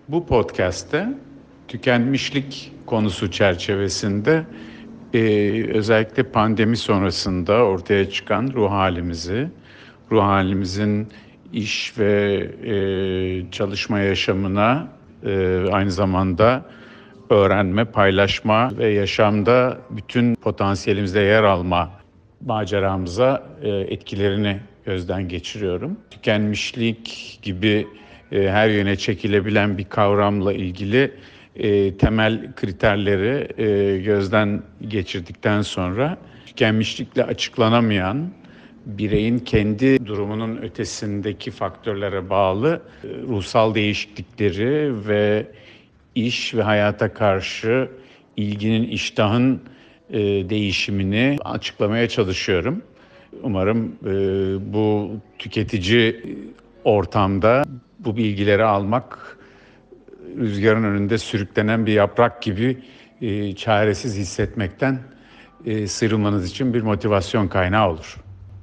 Bu podcast'te tükenmişlik konusu çerçevesinde özellikle pandemi sonrasında ortaya çıkan ruh halimizin iş ve çalışma yaşamına aynı zamanda öğrenme, paylaşma ve yaşamda bütün potansiyelimizde yer alma maceramıza etkilerini gözden geçiriyorum. Tükenmişlik gibi her yöne çekilebilen bir kavramla ilgili temel kriterleri gözden geçirdikten sonra tükenmişlikle açıklanamayan bireyin kendi durumunun ötesindeki faktörlere bağlı ruhsal değişiklikleri ve iş ve hayata karşı ilginin, iştahın değişimini açıklamaya çalışıyorum. Umarım bu tüketici ortamda bu bilgileri almak rüzgarın önünde sürüklenen bir yaprak gibi çaresiz hissetmekten sıyrılmanız için bir motivasyon kaynağı olur.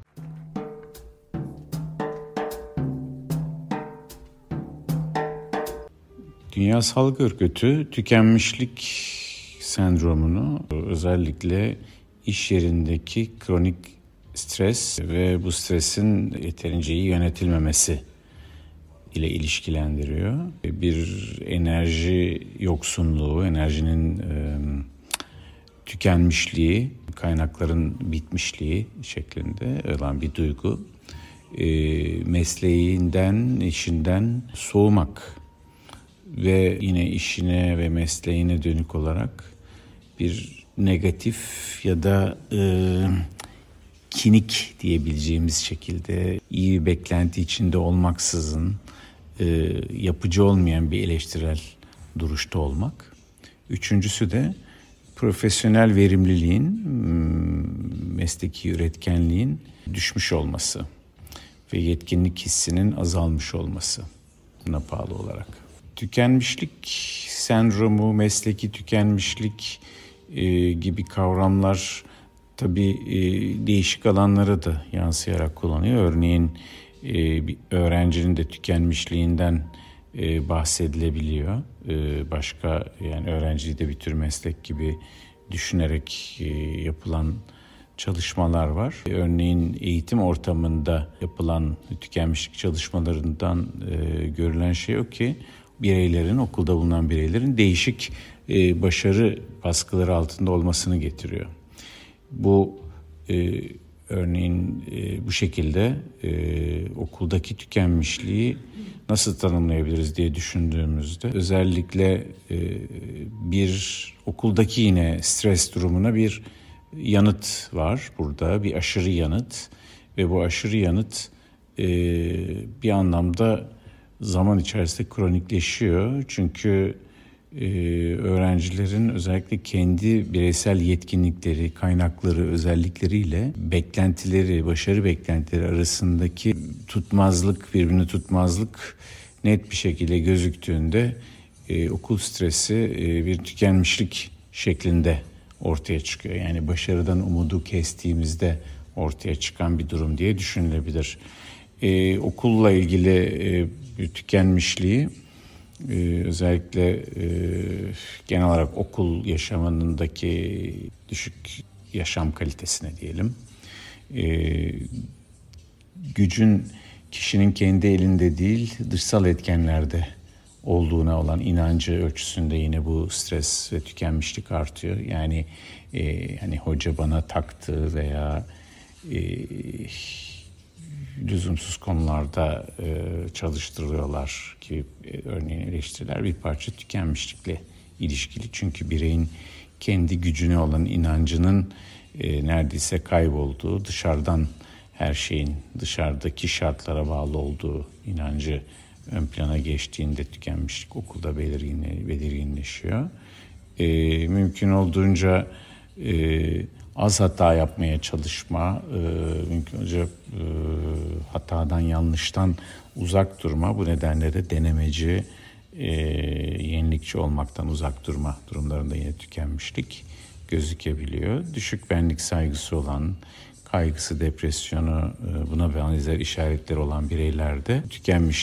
Dünya Sağlık Örgütü tükenmişlik sendromunu özellikle iş yerindeki kronik stres ve bu stresin yeterince iyi yönetilmemesi ile ilişkilendiriyor. Bir enerji yoksunluğu, enerjinin tükenmişliği, kaynakların bitmişliği şeklinde olan bir duygu. Mesleğinden, işinden soğumak ve yine işine ve mesleğine dönük olarak bir negatif ya da kinik diyebileceğimiz şekilde iyi bir beklenti içinde olmaksızın yapıcı olmayan bir eleştirel duruşta olmak. Üçüncüsü de profesyonel verimliliğin, mesleki üretkenliğin düşmüş olması ve yetkinlik hissinin azalmış olması buna bağlı olarak. Tükenmişlik sendromu, mesleki tükenmişlik gibi kavramlar tabii değişik alanlara da yansıyarak kullanıyor. Örneğin bir öğrencinin de tükenmişliğinden bahsedilebiliyor. Başka yani öğrenciyi de bir tür meslek gibi düşünerek yapılan çalışmalar var. Örneğin eğitim ortamında yapılan tükenmişlik çalışmalarından görülen şey o ki okulda bulunan bireylerin değişik başarı baskıları altında olmasını getiriyor. Bu örneğin bu şekilde okuldaki tükenmişliği nasıl tanımlayabiliriz diye düşündüğümüzde özellikle bir okuldaki yine stres durumuna bir yanıt var burada, bir aşırı yanıt ve bu aşırı yanıt bir anlamda zaman içerisinde kronikleşiyor. Çünkü öğrencilerin özellikle kendi bireysel yetkinlikleri, kaynakları, özellikleriyle beklentileri, başarı beklentileri arasındaki birbirini tutmazlık net bir şekilde gözüktüğünde okul stresi bir tükenmişlik şeklinde ortaya çıkıyor. Yani başarıdan umudu kestiğimizde ortaya çıkan bir durum diye düşünülebilir. Okulla ilgili bir tükenmişliği özellikle genel olarak okul yaşamındaki düşük yaşam kalitesine diyelim. Gücün kişinin kendi elinde değil dışsal etkenlerde olduğuna olan inancı ölçüsünde yine bu stres ve tükenmişlik artıyor. Yani hani hoca bana taktı veya lüzumsuz konularda çalıştırıyorlar ki örneğin eleştiriler bir parça tükenmişlikle ilişkili. Çünkü bireyin kendi gücüne olan inancının neredeyse kaybolduğu, dışarıdan her şeyin dışarıdaki şartlara bağlı olduğu inancı ön plana geçtiğinde tükenmişlik okulda belirginleşiyor. Mümkün olduğunca az hata yapmaya çalışma, mümkün olunca hatadan, yanlıştan uzak durma. Bu nedenle de denemeci, yenilikçi olmaktan uzak durma durumlarında yine tükenmişlik gözükebiliyor. Düşük benlik saygısı olan, kaygısı, depresyonu, buna benzer işaretleri olan bireylerde tükenmişlik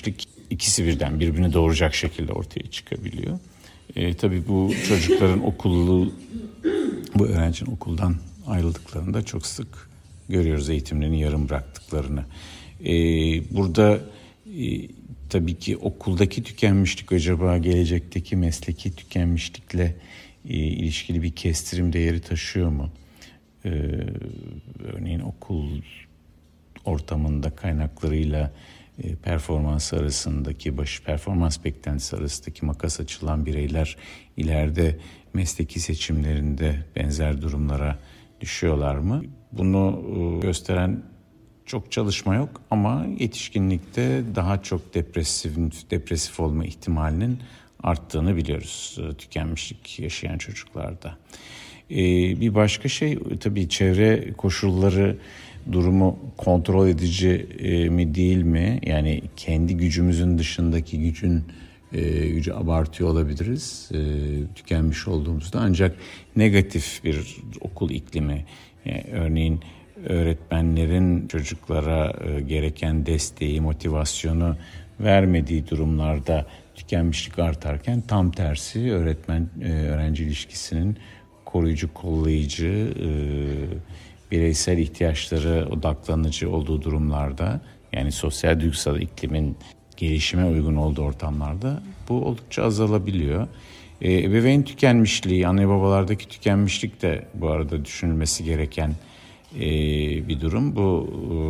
ikisi birden birbirini doğuracak şekilde ortaya çıkabiliyor. Tabii bu çocukların bu öğrencinin okuldan ayrıldıklarında çok sık görüyoruz eğitimlerini yarım bıraktıklarını. Burada tabii ki okuldaki tükenmişlik acaba gelecekteki mesleki tükenmişlikle ilişkili bir kestirim değeri taşıyor mu? Örneğin okul ortamında kaynaklarıyla performans arasındaki performans beklentisi arasındaki makas açılan bireyler ileride mesleki seçimlerinde benzer durumlara düşüyorlar mı? Bunu gösteren çok çalışma yok ama yetişkinlikte daha çok depresif olma ihtimalinin arttığını biliyoruz tükenmişlik yaşayan çocuklarda. Bir başka şey tabii çevre koşulları durumu kontrol edici mi değil mi? Yani kendi gücümüzün dışındaki gücü abartıyor olabiliriz tükenmiş olduğumuzda. Ancak negatif bir okul iklimi, yani örneğin öğretmenlerin çocuklara gereken desteği, motivasyonu vermediği durumlarda tükenmişlik artarken tam tersi öğrenci ilişkisinin koruyucu, kollayıcı, bireysel ihtiyaçları odaklanıcı olduğu durumlarda, yani sosyal duygusal iklimin gelişime uygun olduğu ortamlarda bu oldukça azalabiliyor. Ebeveyn tükenmişliği, anne babalardaki tükenmişlik de bu arada düşünülmesi gereken bir durum. Bu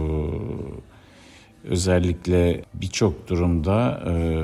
özellikle birçok durumda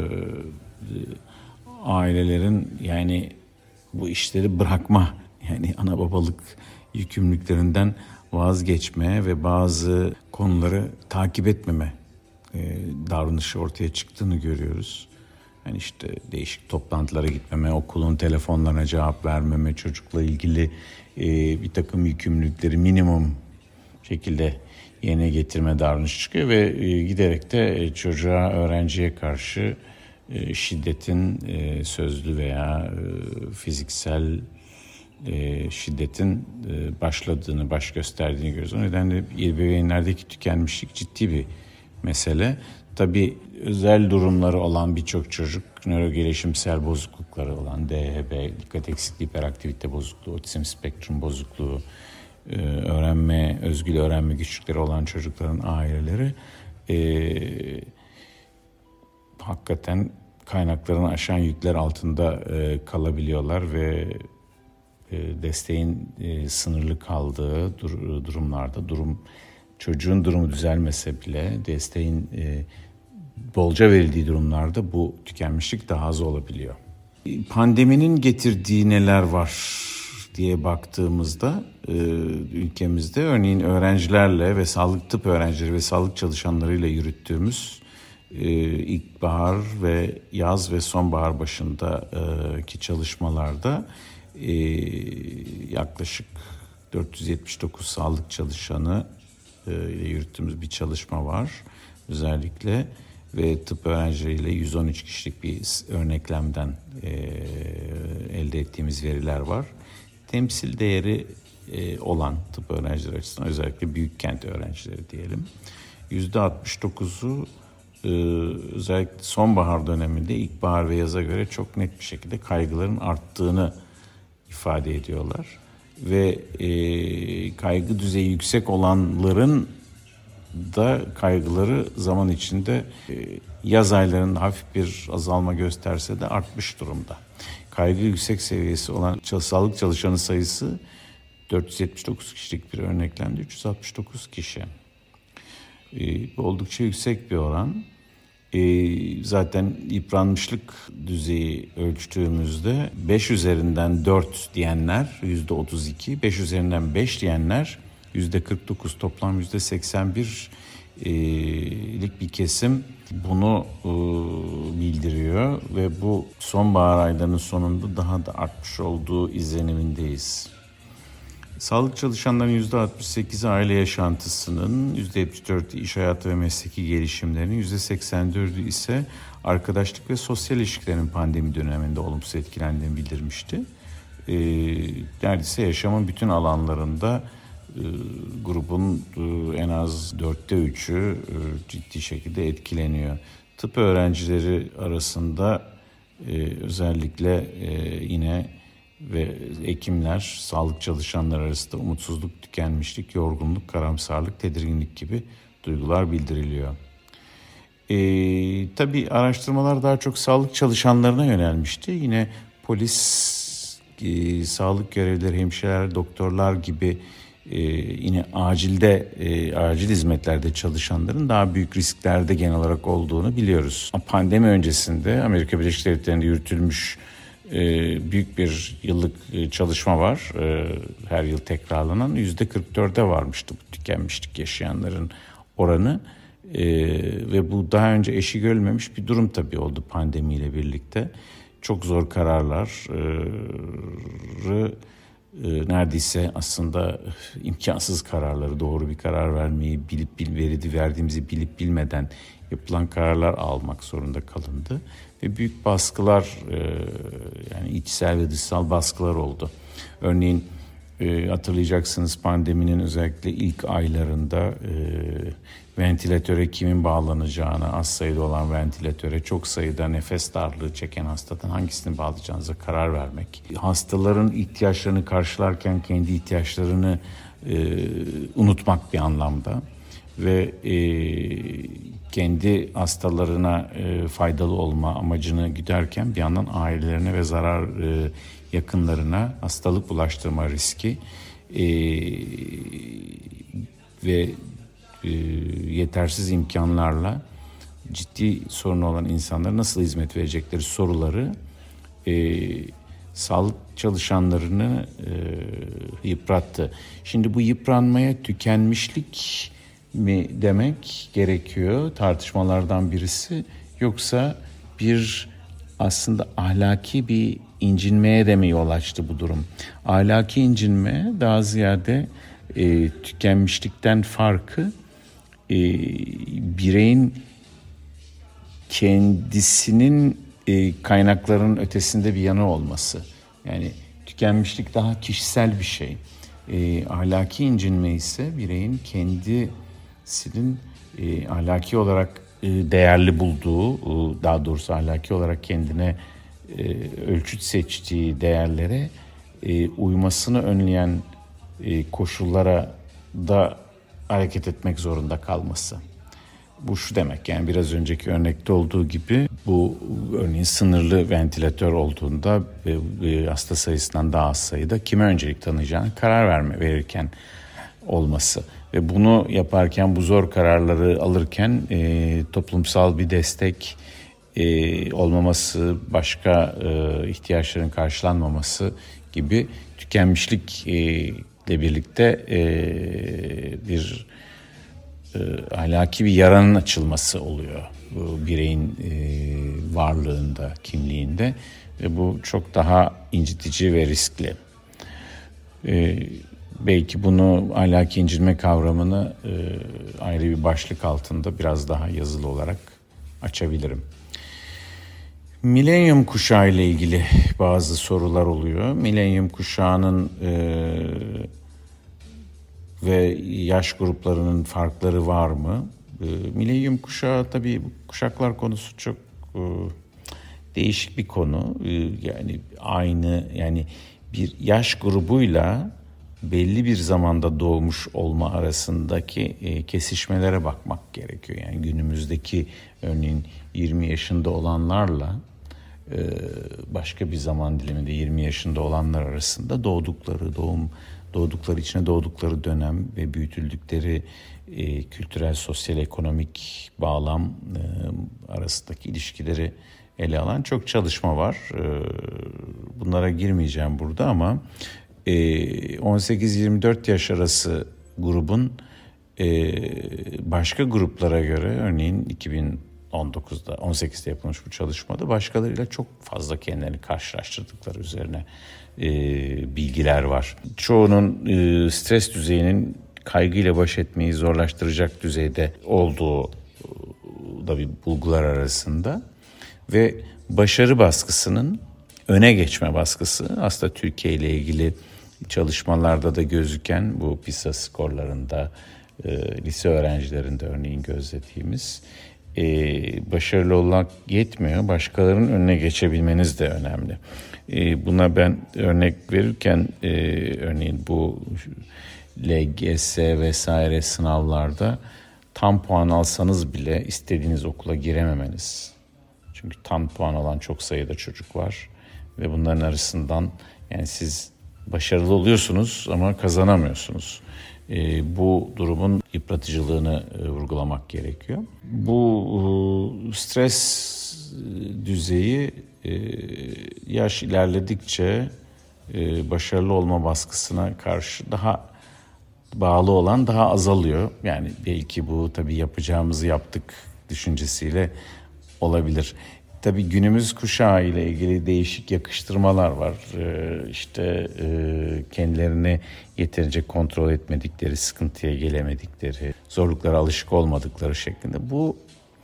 ailelerin yani bu işleri bırakma, yani ana babalık yükümlülüklerinden vazgeçme ve bazı konuları takip etmeme davranışı ortaya çıktığını görüyoruz. Yani işte değişik toplantılara gitmeme, okulun telefonlarına cevap vermeme, çocukla ilgili bir takım yükümlülükleri minimum şekilde yerine getirme davranışı çıkıyor ve giderek de çocuğa, öğrenciye karşı şiddetin sözlü veya fiziksel şiddetin baş gösterdiğini görüyoruz. O nedenle ebeveynlerdeki tükenmişlik ciddi bir mesele. Tabii özel durumları olan birçok çocuk, nörogelişimsel bozuklukları olan DHB, dikkat eksikliği, hiperaktivite bozukluğu, otizm spektrum bozukluğu, özgül öğrenme güçlükleri olan çocukların aileleri hakikaten kaynaklarını aşan yükler altında kalabiliyorlar ve desteğin sınırlı kaldığı durumlarda çocuğun durumu düzelmese bile desteğin bolca verildiği durumlarda bu tükenmişlik daha az olabiliyor. Pandeminin getirdiği neler var diye baktığımızda ülkemizde örneğin öğrencilerle ve tıp öğrencileri ve sağlık çalışanlarıyla yürüttüğümüz ilkbahar ve yaz ve sonbahar başındaki çalışmalarda yaklaşık 479 sağlık çalışanı ile yürüttüğümüz bir çalışma var özellikle ve tıp öğrencileriyle 113 kişilik bir örneklemden elde ettiğimiz veriler var. Temsil değeri olan tıp öğrencileri açısından özellikle büyük kent öğrencileri diyelim. %69'u özellikle sonbahar döneminde ilkbahar ve yaza göre çok net bir şekilde kaygıların arttığını ifade ediyorlar. Ve kaygı düzeyi yüksek olanların da kaygıları zaman içinde yaz aylarında hafif bir azalma gösterse de artmış durumda. Kaygı yüksek seviyesi olan sağlık çalışanı sayısı 479 kişilik bir örneklemde 369 kişi. Bu oldukça yüksek bir oran. Zaten yıpranmışlık düzeyi ölçtüğümüzde 5 üzerinden 4 diyenler %32, 5 üzerinden 5 diyenler %49, toplam %81'lik bir kesim bunu bildiriyor ve bu sonbahar aylarının sonunda daha da artmış olduğu izlenimindeyiz. Sağlık çalışanlarının %68'i aile yaşantısının, %74'ü iş hayatı ve mesleki gelişimlerinin, %84'ü ise arkadaşlık ve sosyal ilişkilerin pandemi döneminde olumsuz etkilendiğini bildirmişti. Neredeyse yaşamın bütün alanlarında grubun en az 4'te 3'ü ciddi şekilde etkileniyor. tıp öğrencileri arasında özellikle yine ve hekimler, sağlık çalışanları arasında umutsuzluk, tükenmişlik, yorgunluk, karamsarlık, tedirginlik gibi duygular bildiriliyor. Tabii araştırmalar daha çok sağlık çalışanlarına yönelmişti. Yine polis, sağlık görevlileri, hemşireler, doktorlar gibi yine acil hizmetlerde çalışanların daha büyük risklerde genel olarak olduğunu biliyoruz. Pandemi öncesinde Amerika Birleşik Devletleri'nde yürütülmüş büyük bir yıllık çalışma var. Her yıl tekrarlanan %44'e varmıştı bu tükenmişlik yaşayanların oranı. Ve bu daha önce eşi görülmemiş bir durum tabii oldu pandemiyle birlikte. Çok zor kararları neredeyse aslında imkansız kararları, doğru bir karar vermeyi verdiğimizi bilip bilmeden yapılan kararlar almak zorunda kalındı. Ve büyük baskılar, yani içsel ve dışsal baskılar oldu. Örneğin hatırlayacaksınız pandeminin özellikle ilk aylarında ventilatöre kimin bağlanacağına, az sayıda olan ventilatöre çok sayıda nefes darlığı çeken hastadan hangisini bağlayacağınıza karar vermek. Hastaların ihtiyaçlarını karşılarken kendi ihtiyaçlarını unutmak bir anlamda ve kendi hastalarına faydalı olma amacını güderken bir yandan ailelerine ve yakınlarına hastalık bulaştırma riski ve yetersiz imkanlarla ciddi sorunu olan insanlara nasıl hizmet verecekleri soruları sağlık çalışanlarını yıprattı. Şimdi bu yıpranmaya tükenmişlik mi demek gerekiyor tartışmalardan birisi, yoksa bir aslında ahlaki bir incinmeye de mi yol açtı bu durum? Ahlaki incinme daha ziyade tükenmişlikten farkı bireyin kendisinin kaynaklarının ötesinde bir yanı olması. Yani tükenmişlik daha kişisel bir şey. Ahlaki incinme ise bireyin kendisinin ahlaki olarak değerli bulduğu, daha doğrusu ahlaki olarak kendine ölçüt seçtiği değerlere uymasını önleyen koşullara da hareket etmek zorunda kalması. Bu şu demek, yani biraz önceki örnekte olduğu gibi bu örneğin sınırlı ventilatör olduğunda hasta sayısından daha az sayıda kime öncelik tanıyacağını karar verirken olması. Ve bunu yaparken, bu zor kararları alırken toplumsal bir destek olmaması, başka ihtiyaçların karşılanmaması gibi tükenmişlikle birlikte bir ahlaki bir yaranın açılması oluyor bu bireyin varlığında, kimliğinde ve bu çok daha incitici ve riskli. Belki bunu ahlaki incinme kavramını ayrı bir başlık altında biraz daha yazılı olarak açabilirim. Milenyum kuşağı ile ilgili bazı sorular oluyor. Milenyum kuşağının ve yaş gruplarının farkları var mı? Milenyum kuşağı, tabii bu kuşaklar konusu çok değişik bir konu. Yani bir yaş grubuyla belli bir zamanda doğmuş olma arasındaki kesişmelere bakmak gerekiyor. Yani günümüzdeki örneğin 20 yaşında olanlarla başka bir zaman diliminde 20 yaşında olanlar arasında doğdukları içine doğdukları dönem ve büyütüldükleri kültürel, sosyal, ekonomik bağlam arasındaki ilişkileri ele alan çok çalışma var. Bunlara girmeyeceğim burada ama 18-24 yaş arası grubun başka gruplara göre, örneğin 2019'da 18'de yapılmış bu çalışmada başkalarıyla çok fazla kendilerini karşılaştırdıkları üzerine bilgiler var. Çoğunun stres düzeyinin kaygıyla baş etmeyi zorlaştıracak düzeyde olduğu da bir bulgular arasında ve başarı baskısının öne geçme baskısı aslında Türkiye ile ilgili çalışmalarda da gözüken bu PISA skorlarında lise öğrencilerinde örneğin gözlediğimiz başarılı olmak yetmiyor. Başkalarının önüne geçebilmeniz de önemli. Buna ben örnek verirken örneğin bu LGS vesaire sınavlarda tam puan alsanız bile istediğiniz okula girememeniz. Çünkü tam puan alan çok sayıda çocuk var ve bunların arasından yani siz başarılı oluyorsunuz ama kazanamıyorsunuz. Bu durumun yıpratıcılığını vurgulamak gerekiyor. Bu stres düzeyi yaş ilerledikçe başarılı olma baskısına karşı daha bağlı olan daha azalıyor. Yani belki bu tabii yapacağımızı yaptık düşüncesiyle olabilir. Tabii günümüz kuşağı ile ilgili değişik yakıştırmalar var. Kendilerini yeterince kontrol etmedikleri, sıkıntıya gelemedikleri, zorluklara alışık olmadıkları şeklinde. Bu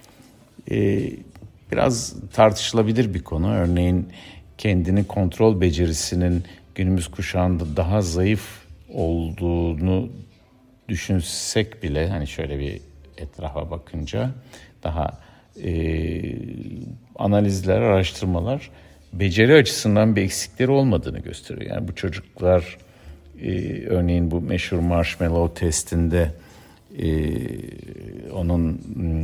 biraz tartışılabilir bir konu. Örneğin kendini kontrol becerisinin günümüz kuşağında daha zayıf olduğunu düşünsek bile hani şöyle bir etrafa bakınca daha analizler, araştırmalar beceri açısından bir eksikleri olmadığını gösteriyor. Yani bu çocuklar örneğin bu meşhur marshmallow testinde onun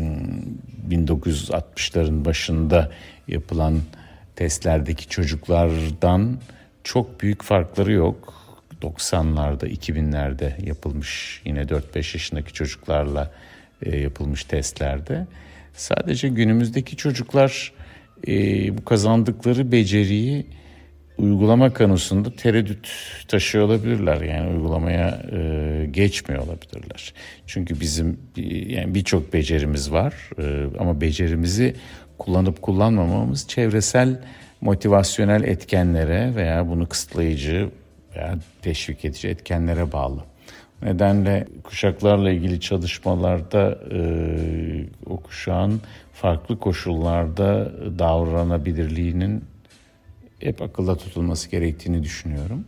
1960'ların başında yapılan testlerdeki çocuklardan çok büyük farkları yok. 90'larda, 2000'lerde yapılmış yine 4-5 yaşındaki çocuklarla yapılmış testlerde. Sadece günümüzdeki çocuklar bu kazandıkları beceriyi uygulama konusunda tereddüt taşıyor olabilirler. Yani uygulamaya geçmiyor olabilirler. Çünkü bizim yani birçok becerimiz var ama becerimizi kullanıp kullanmamamız çevresel motivasyonel etkenlere veya bunu kısıtlayıcı veya teşvik edici etkenlere bağlı. Nedenle kuşaklarla ilgili çalışmalarda o kuşağın farklı koşullarda davranabilirliğinin hep akılda tutulması gerektiğini düşünüyorum.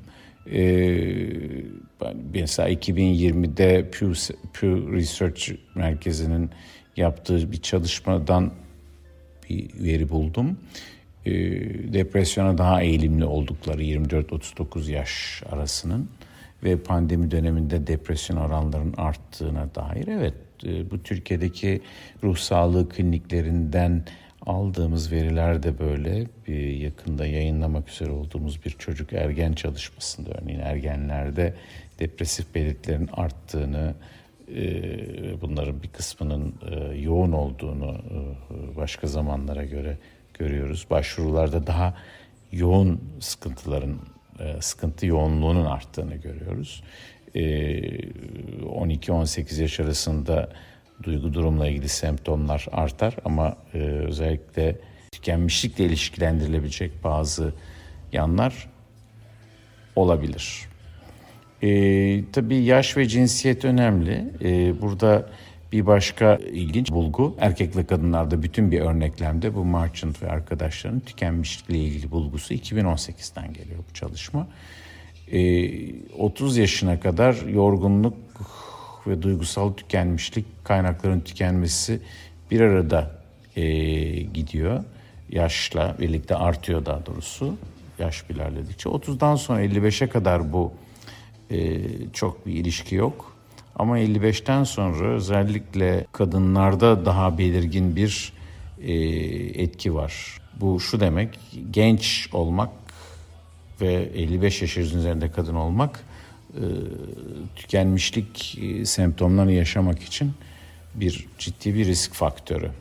Mesela 2020'de Pew Research Merkezi'nin yaptığı bir çalışmadan bir veri buldum. Depresyona daha eğilimli oldukları 24-39 yaş arasının ve pandemi döneminde depresyon oranlarının arttığına dair. Evet, bu Türkiye'deki ruh sağlığı kliniklerinden aldığımız veriler de böyle. Yakında yayınlamak üzere olduğumuz bir çocuk ergen çalışmasında örneğin ergenlerde depresif belirtilerin arttığını, bunların bir kısmının yoğun olduğunu başka zamanlara göre görüyoruz. Başvurularda daha yoğun sıkıntı yoğunluğunun arttığını görüyoruz. 12-18 yaş arasında duygu durumla ilgili semptomlar artar ama özellikle tükenmişlikle ilişkilendirilebilecek bazı yanlar olabilir. Tabii yaş ve cinsiyet önemli. Burada bir başka ilginç bulgu, erkek ve kadınlarda bütün bir örneklemde bu Marchant ve arkadaşlarının tükenmişlikle ilgili bulgusu 2018'den geliyor bu çalışma. 30 yaşına kadar yorgunluk ve duygusal tükenmişlik, kaynakların tükenmesi bir arada gidiyor. Yaşla birlikte artıyor daha doğrusu. Yaş ilerledikçe. 30'dan sonra 55'e kadar bu çok bir ilişki yok. Ama 55'ten sonra özellikle kadınlarda daha belirgin bir etki var. Bu şu demek, genç olmak ve 55 yaş üzerinde kadın olmak tükenmişlik semptomlarını yaşamak için ciddi bir risk faktörü.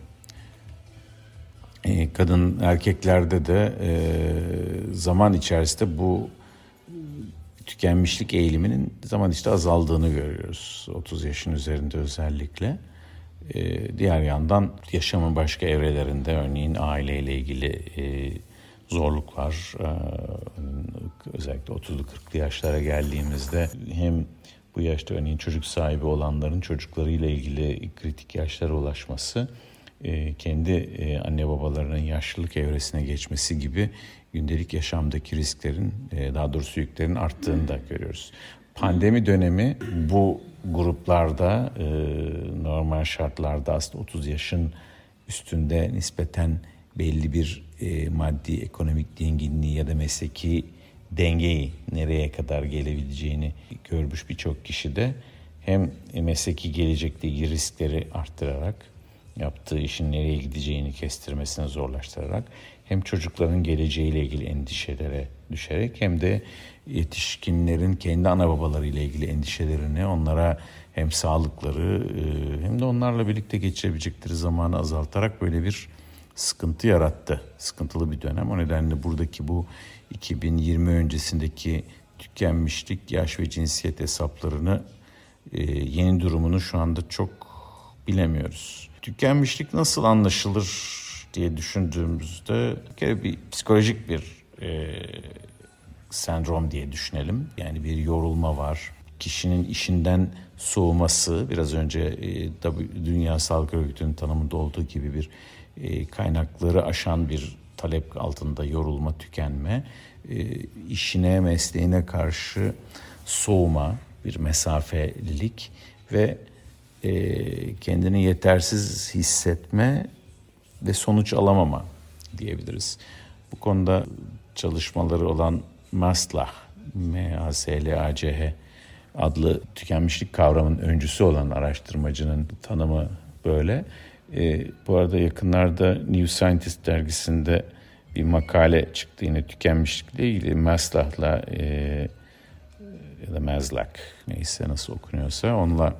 Kadın erkeklerde de zaman içerisinde bu tükenmişlik eğiliminin zaman işte azaldığını görüyoruz. 30 yaşın üzerinde özellikle. Diğer yandan yaşamın başka evrelerinde örneğin aileyle ilgili zorluklar, özellikle 30'lu 40'lı yaşlara geldiğimizde hem bu yaşta örneğin çocuk sahibi olanların çocuklarıyla ilgili kritik yaşlara ulaşması, kendi anne babalarının yaşlılık evresine geçmesi gibi gündelik yaşamdaki risklerin, daha doğrusu yüklerin arttığını da görüyoruz. Pandemi dönemi bu gruplarda normal şartlarda aslında 30 yaşın üstünde nispeten belli bir maddi ekonomik zenginliği ya da mesleki dengeyi nereye kadar gelebileceğini görmüş birçok kişi de hem mesleki gelecekteki riskleri arttırarak, yaptığı işin nereye gideceğini kestirmesini zorlaştırarak hem çocukların geleceğiyle ilgili endişelere düşerek hem de yetişkinlerin kendi ana babalarıyla ilgili endişelerini, onlara hem sağlıkları hem de onlarla birlikte geçirebilecekleri zamanı azaltarak böyle bir sıkıntı yarattı. Sıkıntılı bir dönem. O nedenle buradaki bu 2020 öncesindeki tükenmişlik, yaş ve cinsiyet hesaplarını yeni durumunu şu anda çok bilemiyoruz. Tükenmişlik nasıl anlaşılır diye düşündüğümüzde bir psikolojik bir sendrom diye düşünelim. Yani bir yorulma var. Kişinin işinden soğuması, biraz önce Dünya Sağlık Örgütü'nün tanımında olduğu gibi bir kaynakları aşan bir talep altında yorulma, tükenme, işine, mesleğine karşı soğuma, bir mesafelilik ve kendini yetersiz hissetme ve sonuç alamama diyebiliriz. Bu konuda çalışmaları olan Maslach, M-A-S-L-A-C-H adlı tükenmişlik kavramının öncüsü olan araştırmacının tanımı böyle. Bu arada yakınlarda New Scientist dergisinde bir makale çıktı yine tükenmişlikle ilgili. Maslach'la ya da Maslach neyse nasıl okunuyorsa onunla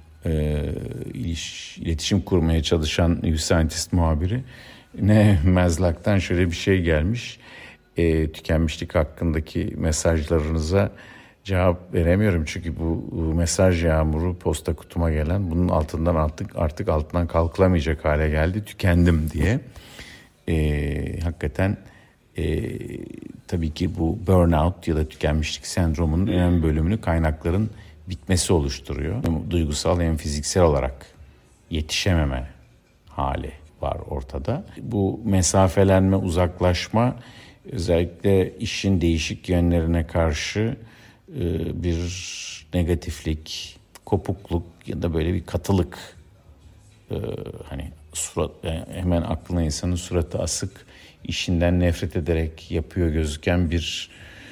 iletişim kurmaya çalışan New Scientist muhabiri Maslach'tan şöyle bir şey gelmiş. Tükenmişlik hakkındaki mesajlarınıza cevap veremiyorum çünkü bu mesaj yağmuru posta kutuma gelen bunun altından artık altından kalkılamayacak hale geldi, tükendim diye. Hakikaten tabii ki bu burnout ya da tükenmişlik sendromunun önemli bölümünü kaynakların bitmesi oluşturuyor. Hem duygusal hem fiziksel olarak yetişememe hali var ortada. Bu mesafelenme, uzaklaşma özellikle işin değişik yönlerine karşı bir negatiflik, kopukluk ya da böyle bir katılık, hani hemen aklına insanın suratı asık, işinden nefret ederek yapıyor gözüken bir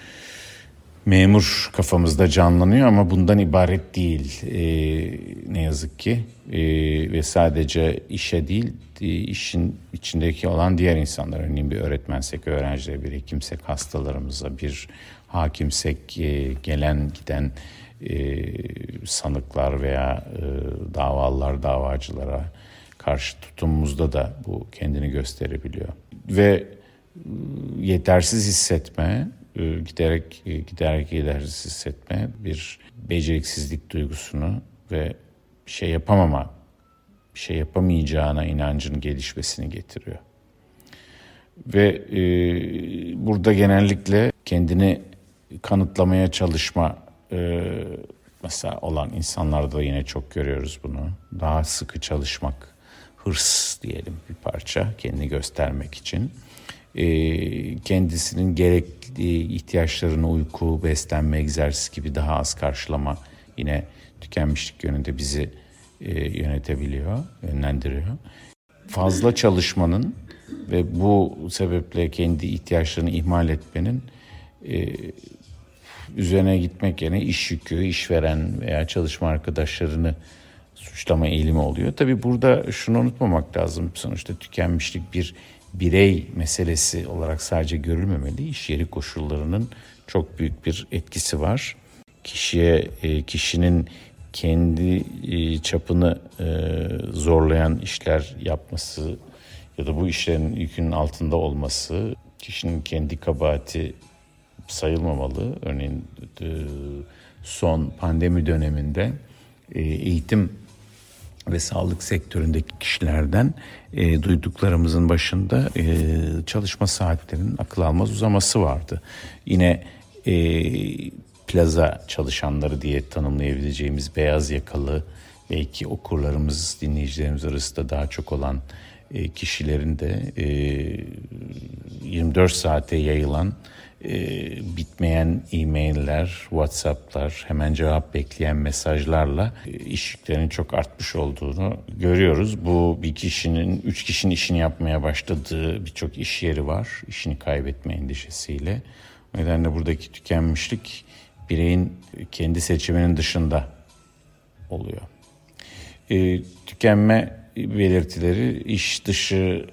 memur kafamızda canlanıyor ama bundan ibaret değil ne yazık ki ve sadece işe değil işin içindeki olan diğer insanlar, örneğin bir öğretmensek öğrencilere, bir hekimsek hastalarımıza, bir hakimsek gelen giden sanıklar veya davalılar, davacılara karşı tutumumuzda da bu kendini gösterebiliyor. Ve yetersiz hissetme, giderek yetersiz hissetme bir beceriksizlik duygusunu ve bir şey yapamayacağına inancının gelişmesini getiriyor. Ve burada genellikle kendini kanıtlamaya çalışma mesela olan insanlarda yine çok görüyoruz bunu. Daha sıkı çalışmak, hırs diyelim bir parça kendini göstermek için. Kendisinin gerekli ihtiyaçlarını uyku, beslenme, egzersiz gibi daha az karşılama yine tükenmişlik yönünde bizi yönlendiriyor. Fazla çalışmanın ve bu sebeple kendi ihtiyaçlarını ihmal etmenin üzerine gitmek yerine iş yükü, işveren veya çalışma arkadaşlarını suçlama eğilimi oluyor. Tabii burada şunu unutmamak lazım. Sonuçta tükenmişlik bir birey meselesi olarak sadece görülmemeli. İş yeri koşullarının çok büyük bir etkisi var. Kişinin kendi çapını zorlayan işler yapması ya da bu işlerin yükünün altında olması kişinin kendi kabahati sayılmamalı. Örneğin son pandemi döneminde eğitim ve sağlık sektöründeki kişilerden duyduklarımızın başında çalışma saatlerinin akıl almaz uzaması vardı. Yine plaza çalışanları diye tanımlayabileceğimiz beyaz yakalı, belki okurlarımız, dinleyicilerimiz arasında daha çok olan kişilerin de 24 saate yayılan bitmeyen e-mailler, WhatsApp'lar, hemen cevap bekleyen mesajlarla iş yüklerinin çok artmış olduğunu görüyoruz. Bu bir kişinin, 3 kişinin işini yapmaya başladığı birçok iş yeri var. İşini kaybetme endişesiyle. O nedenle buradaki tükenmişlik bireyin kendi seçiminin dışında oluyor. Tükenme belirtileri iş dışı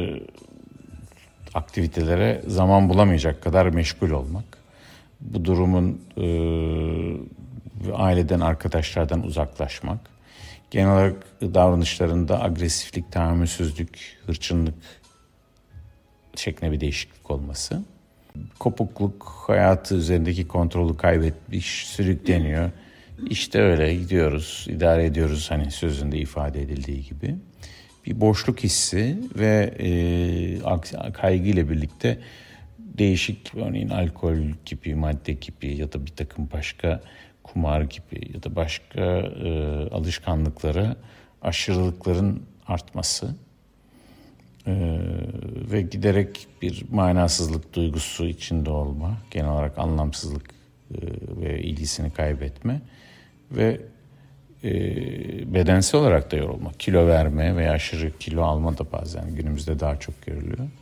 aktivitelere zaman bulamayacak kadar meşgul olmak. Bu durumun aileden, arkadaşlardan uzaklaşmak. Genel olarak davranışlarında agresiflik, tahammülsüzlük, hırçınlık şeklinde bir değişiklik olması. Kopukluk, hayatı üzerindeki kontrolü kaybetmiş, sürükleniyor. İşte öyle gidiyoruz, idare ediyoruz hani sözünde ifade edildiği gibi. Bir boşluk hissi ve kaygıyla birlikte değişik, örneğin alkol gibi, madde gibi ya da bir takım başka kumar gibi ya da başka alışkanlıklara aşırılıkların artması ve giderek bir manasızlık duygusu içinde olma, genel olarak anlamsızlık ve ilgisini kaybetme ve bedensel olarak da yorulma, kilo verme veya aşırı kilo alma da bazen günümüzde daha çok görülüyor.